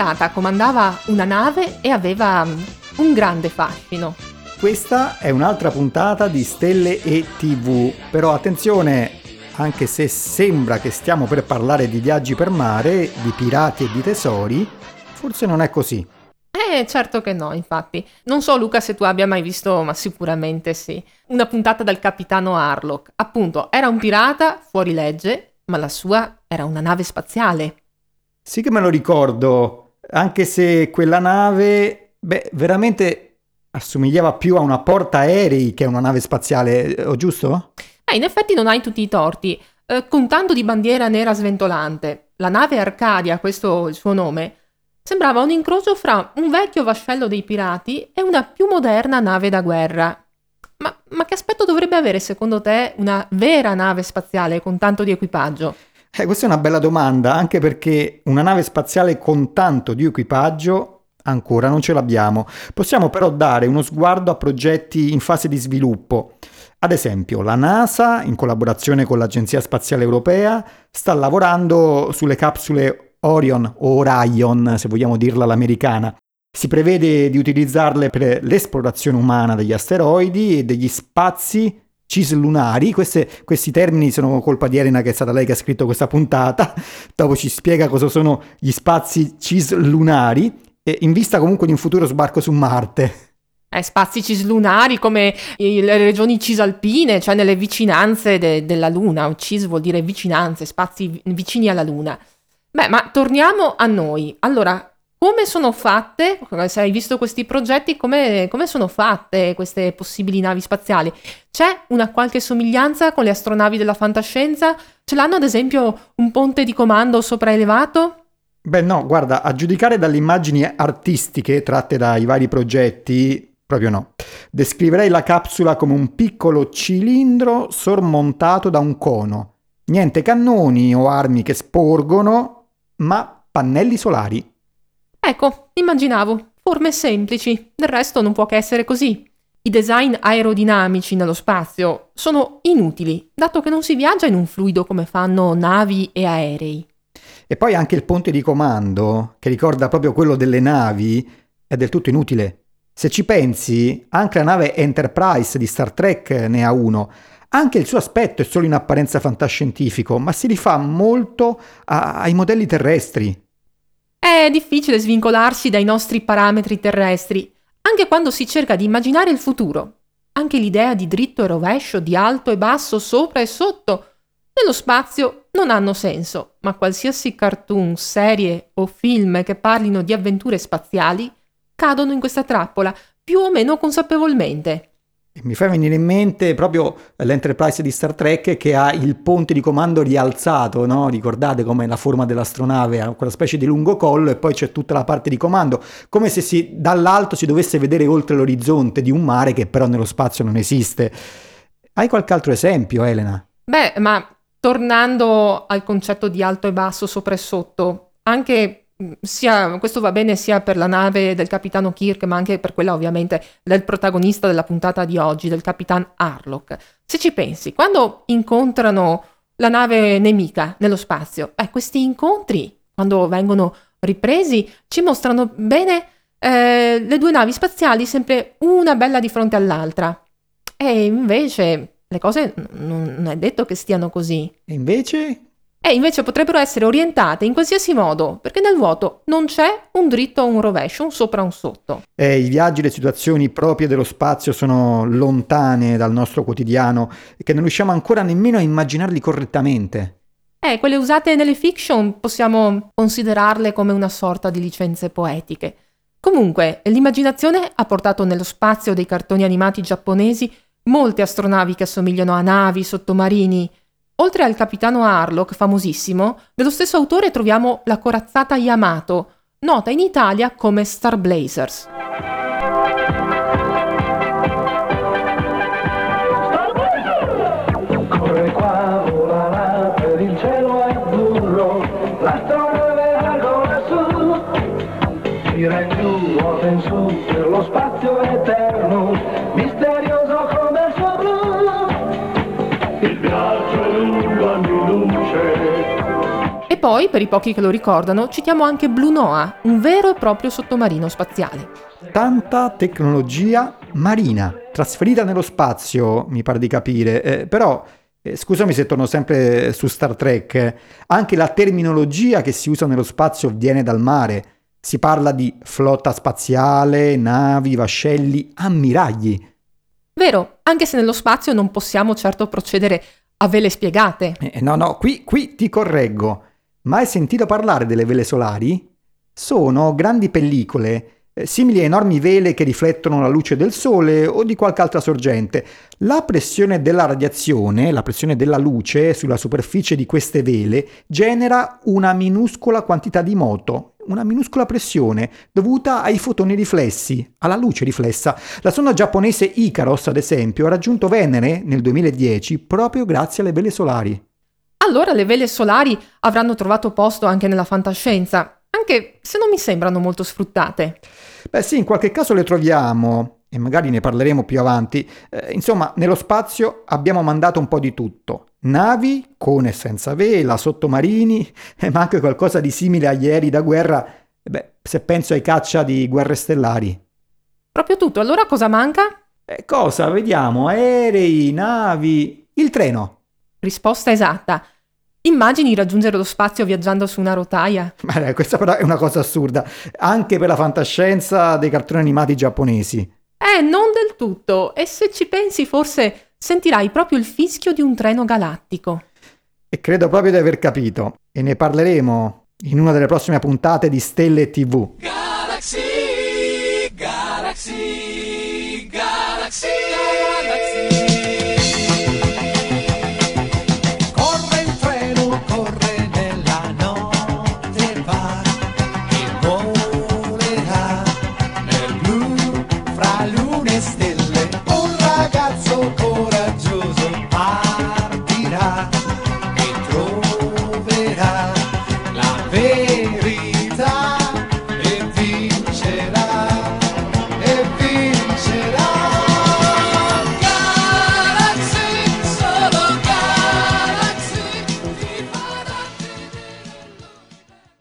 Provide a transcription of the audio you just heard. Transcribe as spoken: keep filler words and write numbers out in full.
pirata comandava una nave e aveva um, un grande fascino. Questa è un'altra puntata di Stelle e tivù, però attenzione, anche se sembra che stiamo per parlare di viaggi per mare, di pirati e di tesori, forse non è così. Eh, certo che no, infatti. Non so, Luca, se tu abbia mai visto, ma sicuramente sì, una puntata del capitano Harlock. Appunto, era un pirata fuori legge, ma la sua era una nave spaziale. Sì che me lo ricordo, anche se quella nave, beh, veramente assomigliava più a una portaerei che a una nave spaziale, o giusto? Eh, in effetti non hai tutti i torti. Eh, con tanto di bandiera nera sventolante, la nave Arcadia, questo è il suo nome, sembrava un incrocio fra un vecchio vascello dei pirati e una più moderna nave da guerra. Ma, ma che aspetto dovrebbe avere secondo te una vera nave spaziale con tanto di equipaggio? Eh, questa è una bella domanda, anche perché una nave spaziale con tanto di equipaggio ancora non ce l'abbiamo. Possiamo però dare uno sguardo a progetti in fase di sviluppo. Ad esempio, la NASA, in collaborazione con l'Agenzia Spaziale Europea, sta lavorando sulle capsule Orion o Orion, se vogliamo dirla all'americana. Si prevede di utilizzarle per l'esplorazione umana degli asteroidi e degli spazi cislunari. Queste, questi termini sono colpa di Elena, che è stata lei che ha scritto questa puntata. Dopo ci spiega cosa sono gli spazi cislunari, e in vista comunque di un futuro sbarco su Marte. Eh, spazi cislunari come i- le regioni cisalpine, cioè nelle vicinanze de- della Luna. Cis vuol dire vicinanze, spazi vi- vicini alla Luna. Beh, ma torniamo a noi. Allora, come sono fatte, se hai visto questi progetti, come, come sono fatte queste possibili navi spaziali? C'è una qualche somiglianza con le astronavi della fantascienza? Ce l'hanno ad esempio un ponte di comando sopraelevato? Beh no, guarda, a giudicare dalle immagini artistiche tratte dai vari progetti, proprio no. Descriverei la capsula come un piccolo cilindro sormontato da un cono. Niente cannoni o armi che sporgono, ma pannelli solari. Ecco, immaginavo, forme semplici, del resto non può che essere così. I design aerodinamici nello spazio sono inutili, dato che non si viaggia in un fluido come fanno navi e aerei. E poi anche il ponte di comando, che ricorda proprio quello delle navi, è del tutto inutile. Se ci pensi, anche la nave Enterprise di Star Trek ne ha uno. Anche il suo aspetto è solo in apparenza fantascientifico, ma si rifà molto a- ai modelli terrestri. È difficile svincolarsi dai nostri parametri terrestri, anche quando si cerca di immaginare il futuro. Anche l'idea di dritto e rovescio, di alto e basso, sopra e sotto, nello spazio non hanno senso, ma qualsiasi cartoon, serie o film che parlino di avventure spaziali cadono in questa trappola, più o meno consapevolmente. E mi fa venire in mente proprio l'Enterprise di Star Trek, che ha il ponte di comando rialzato, no? Ricordate come la forma dell'astronave ha quella specie di lungo collo e poi c'è tutta la parte di comando, come se si, dall'alto si dovesse vedere oltre l'orizzonte di un mare che però nello spazio non esiste. Hai qualche altro esempio, Elena? Beh, ma tornando al concetto di alto e basso, sopra e sotto, anche mh, sia, questo va bene sia per la nave del capitano Kirk, ma anche per quella ovviamente del protagonista della puntata di oggi, del capitan Harlock. Se ci pensi, quando incontrano la nave nemica nello spazio, eh, questi incontri, quando vengono ripresi, ci mostrano bene eh, le due navi spaziali sempre una bella di fronte all'altra. E invece le cose n- non è detto che stiano così. E invece? E invece potrebbero essere orientate in qualsiasi modo, perché nel vuoto non c'è un dritto o un rovescio, un sopra o un sotto. Eh, I viaggi, le situazioni proprie dello spazio sono lontane dal nostro quotidiano e che non riusciamo ancora nemmeno a immaginarli correttamente. Eh, quelle usate nelle fiction possiamo considerarle come una sorta di licenze poetiche. Comunque, l'immaginazione ha portato nello spazio dei cartoni animati giapponesi molte astronavi che assomigliano a navi, sottomarini. Oltre al capitano Harlock, famosissimo, dello stesso autore troviamo la corazzata Yamato, nota in Italia come Star Blazers. Corre qua, vola là, per il cielo azzurro, l'astronave vola su, gira in giù, ruota in su, per lo spazio eterno, misterioso come il suo blu. Il viaggio è lungo anni luce. E poi, per i pochi che lo ricordano, citiamo anche Blue Noah, un vero e proprio sottomarino spaziale. Tanta tecnologia marina, trasferita nello spazio, mi pare di capire, eh, però... Eh, scusami se torno sempre su Star Trek, eh. Anche la terminologia che si usa nello spazio viene dal mare. Si parla di flotta spaziale, navi, vascelli, ammiragli. Vero, anche se nello spazio non possiamo certo procedere a vele spiegate. Eh, no, no, qui, qui ti correggo. Ma hai sentito parlare delle vele solari? Sono grandi pellicole, eh, simili a enormi vele che riflettono la luce del sole o di qualche altra sorgente. La pressione della radiazione, la pressione della luce sulla superficie di queste vele genera una minuscola quantità di moto, una minuscola pressione dovuta ai fotoni riflessi, alla luce riflessa. La sonda giapponese Icaros, ad esempio, ha raggiunto Venere nel duemiladieci proprio grazie alle vele solari. Allora le vele solari avranno trovato posto anche nella fantascienza, anche se non mi sembrano molto sfruttate. Beh sì, in qualche caso le troviamo, e magari ne parleremo più avanti. Eh, insomma, nello spazio abbiamo mandato un po' di tutto. Navi, con e senza vela, sottomarini, eh, ma anche qualcosa di simile agli aerei da guerra, eh beh, se penso ai caccia di Guerre Stellari. Proprio tutto, allora cosa manca? Eh, cosa? Vediamo, aerei, navi, il treno. Risposta esatta. Immagini raggiungere lo spazio viaggiando su una rotaia? Beh, questa però è una cosa assurda, anche per la fantascienza dei cartoni animati giapponesi. Eh, non del tutto. E se ci pensi, forse sentirai proprio il fischio di un treno galattico. E credo proprio di aver capito. E ne parleremo in una delle prossime puntate di Stelle tivù. Galaxy, Galaxy, Galaxy, Galaxy.